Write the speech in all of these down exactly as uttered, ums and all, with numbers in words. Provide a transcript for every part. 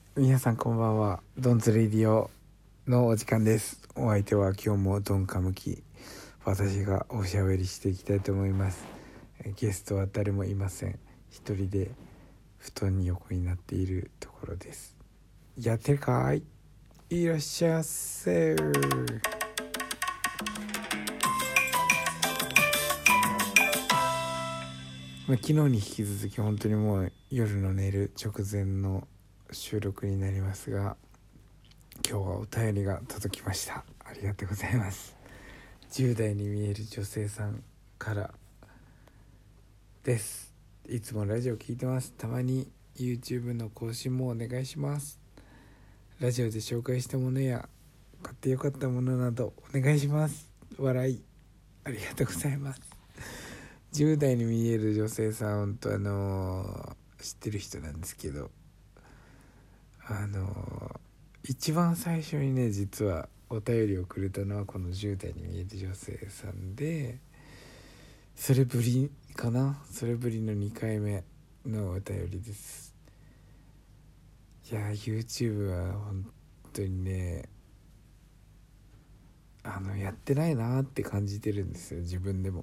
皆さんこんばんは。ドンズレディオのお時間です。お相手は今日もドンカムキ、私がおしゃべりしていきたいと思います。ゲストは誰もいません。一人で布団に横になっているところです。やってるかい？いらっしゃいませ。まあ、昨日に引き続き本当にもう夜の寝る直前の収録になりますが、今日はお便りが届きました。ありがとうございます。じゅう代に見える女性さんからです。いつもラジオ聞いてます。たまに YouTube の更新もお願いします。ラジオで紹介したものや買ってよかったものなどお願いします。笑い。ありがとうございます。じゅう代に見える女性さん、本当あのー、知ってる人なんですけど、あのー、一番最初にね、実はお便りをくれたのはこのじゅう代に見える女性さんで、それぶりかなそれぶりのにかいめのお便りです。いや YouTube は本当にね、あのやってないなって感じてるんですよ、自分でも。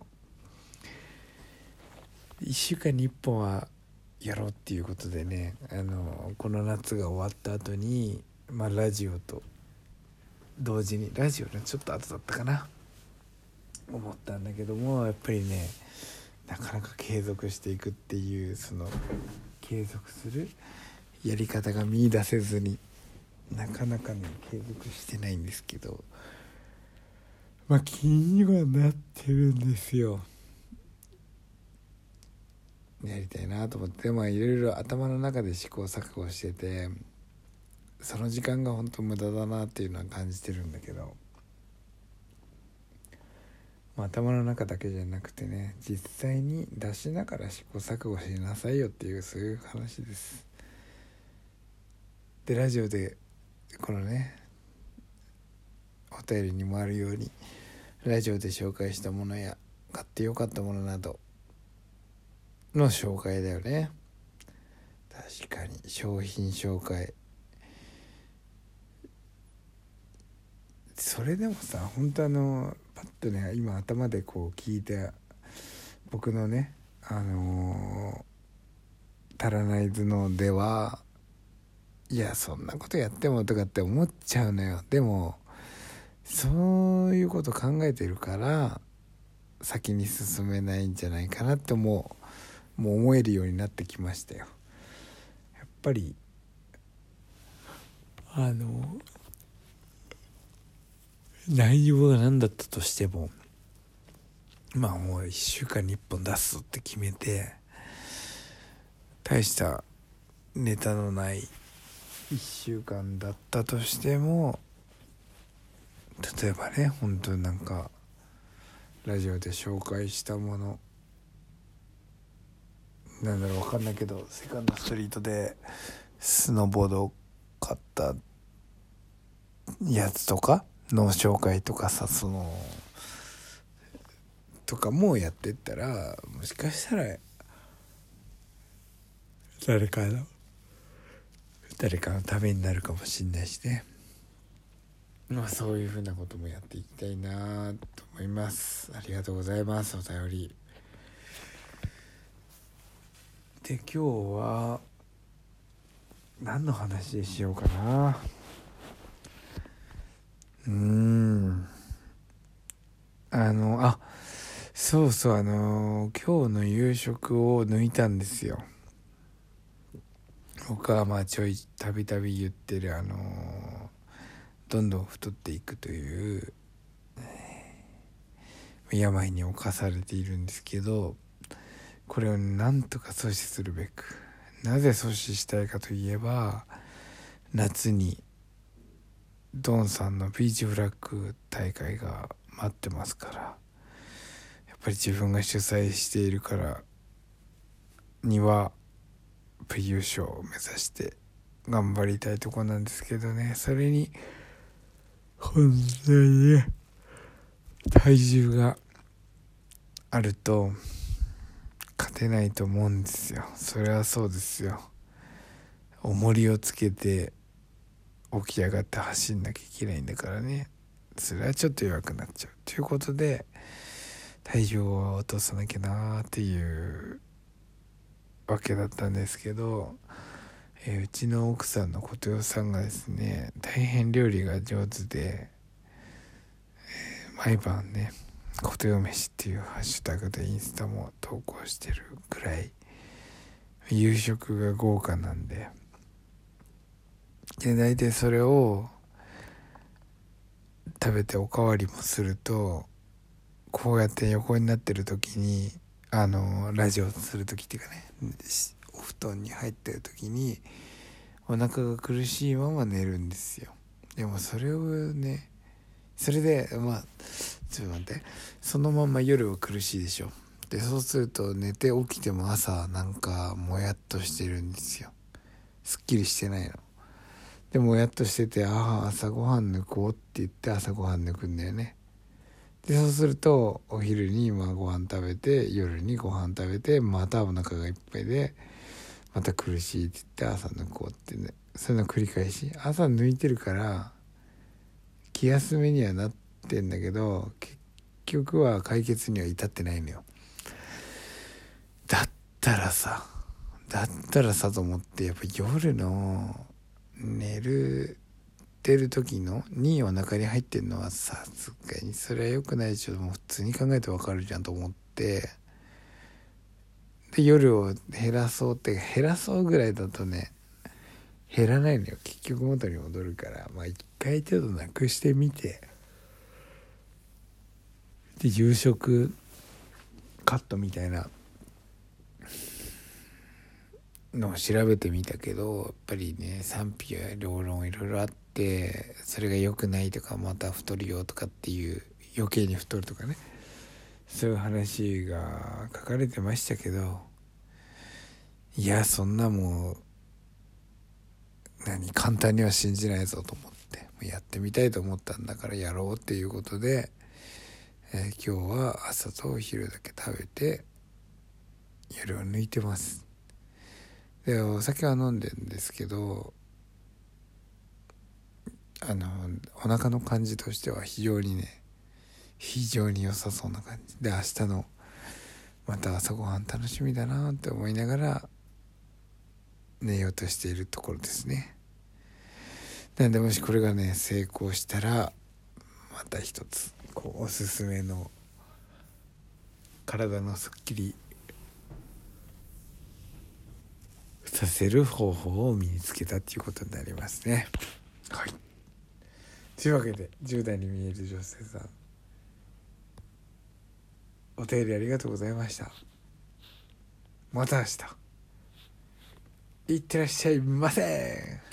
いっしゅうかんにいっぽんはやろうっていうことでね、あのこの夏が終わった後に、まあ、ラジオと同時に、ラジオのちょっと後だったかな、思ったんだけども、やっぱりね、なかなか継続していくっていう、その継続するやり方が見出せずに、なかなかね継続してないんですけど、まあ気にはなってるんですよ。やりたいなと思って、まあいろいろ頭の中で試行錯誤してて、その時間が本当無駄だなっていうのは感じてるんだけど、まあ、頭の中だけじゃなくてね、実際に出しながら試行錯誤しなさいよっていう、そういう話です。でラジオでこのね、お便りにもあるように、ラジオで紹介したものや買ってよかったものなどの紹介だよね。確かに商品紹介、それでもさ、本当あのパッとね、今頭でこう聞いて、僕のね、あのー、足らない頭脳では、いやそんなことやってもとかって思っちゃうのよ。でもそういうこと考えてるから先に進めないんじゃないかなって思う、もう思えるようになってきましたよ。やっぱりあの内容が何だったとしても、まあもういっしゅうかんにいっぽん出すって決めて、大したネタのないいっしゅうかんだったとしても、例えばね、本当になんかラジオで紹介したもの、なんだろう、分かんないけど、セカンドストリートでスノーボードを買ったやつとかの紹介とかさ、そのとかもやってったら、もしかしたら誰かの誰かのためになるかもしんないしね。まあそういうふうなこともやっていきたいなと思います。ありがとうございます。お便りで、今日は何の話でしようかな。うーんあのあそうそう、あの今日の夕食を抜いたんですよ。僕はまあちょいたびたび言ってる、あのどんどん太っていくという病に侵されているんですけど、これをなんとか阻止するべく、なぜ阻止したいかといえば、夏にドンさんのビーチフラッグ大会が待ってますから、やっぱり自分が主催しているからには優勝を目指して頑張りたいところなんですけどね、それに本当にね、体重があると勝てないと思うんですよ。それはそうですよ。重りをつけて起き上がって走んなきゃいけないんだからね。それはちょっと弱くなっちゃうということで、体重を落とさなきゃなっていうわけだったんですけど、えー、うちの奥さんの琴代さんがですね、大変料理が上手で、えー、毎晩ね琴代飯っていうハッシュタグでインスタも投稿してるくらい夕食が豪華なんで、で大体それを食べておかわりもすると、こうやって横になってる時にあのラジオする時っていうかね、お布団に入ってる時にお腹が苦しいまま寝るんですよ。でもそれをね、それでまあちょっと待って、そのまま夜は苦しいでしょ。でそうすると寝て起きても朝なんかもやっとしてるんですよ。すっきりしてないのでもやっとしてて、ああ朝ごはん抜こうって言って朝ごはん抜くんだよね。でそうするとお昼にまあご飯食べて、夜にご飯食べて、またお腹がいっぱいでまた苦しいって言って朝抜こうってね、そういうの繰り返し。朝抜いてるから気休めにはなってんだけど、結局は解決には至ってないのよ。だったらさだったらさと思って、やっぱ夜の寝るてる時のにお腹に入ってんのはさすがにそれは良くないでしょ。もう普通に考えてわかるじゃんと思って、で夜を減らそうって、減らそうぐらいだとね減らないのよ、結局元に戻るから。まあ一回程度なくしてみて、で夕食カットみたいなのを調べてみたけど、やっぱりね賛否や両論いろいろあって、それが良くないとか、また太るよとかっていう、余計に太るとかね、そういう話が書かれてましたけど、いやそんなもう何簡単には信じないぞと思って、やってみたいと思ったんだからやろうっていうことで、えー、今日は朝とお昼だけ食べて夜を抜いてます。でお酒は飲んでるんですけど、あのお腹の感じとしては非常にね非常に良さそうな感じで、明日のまた朝ごはん楽しみだなって思いながら寝ようとしているところですね。なんでもしこれがね成功したら、また一つこうおすすめの体のすっきりさせる方法を身につけたっていうことになりますね。はい。というわけでじゅう代に見える女性さん、お便りありがとうございました。また明日いってらっしゃいませ。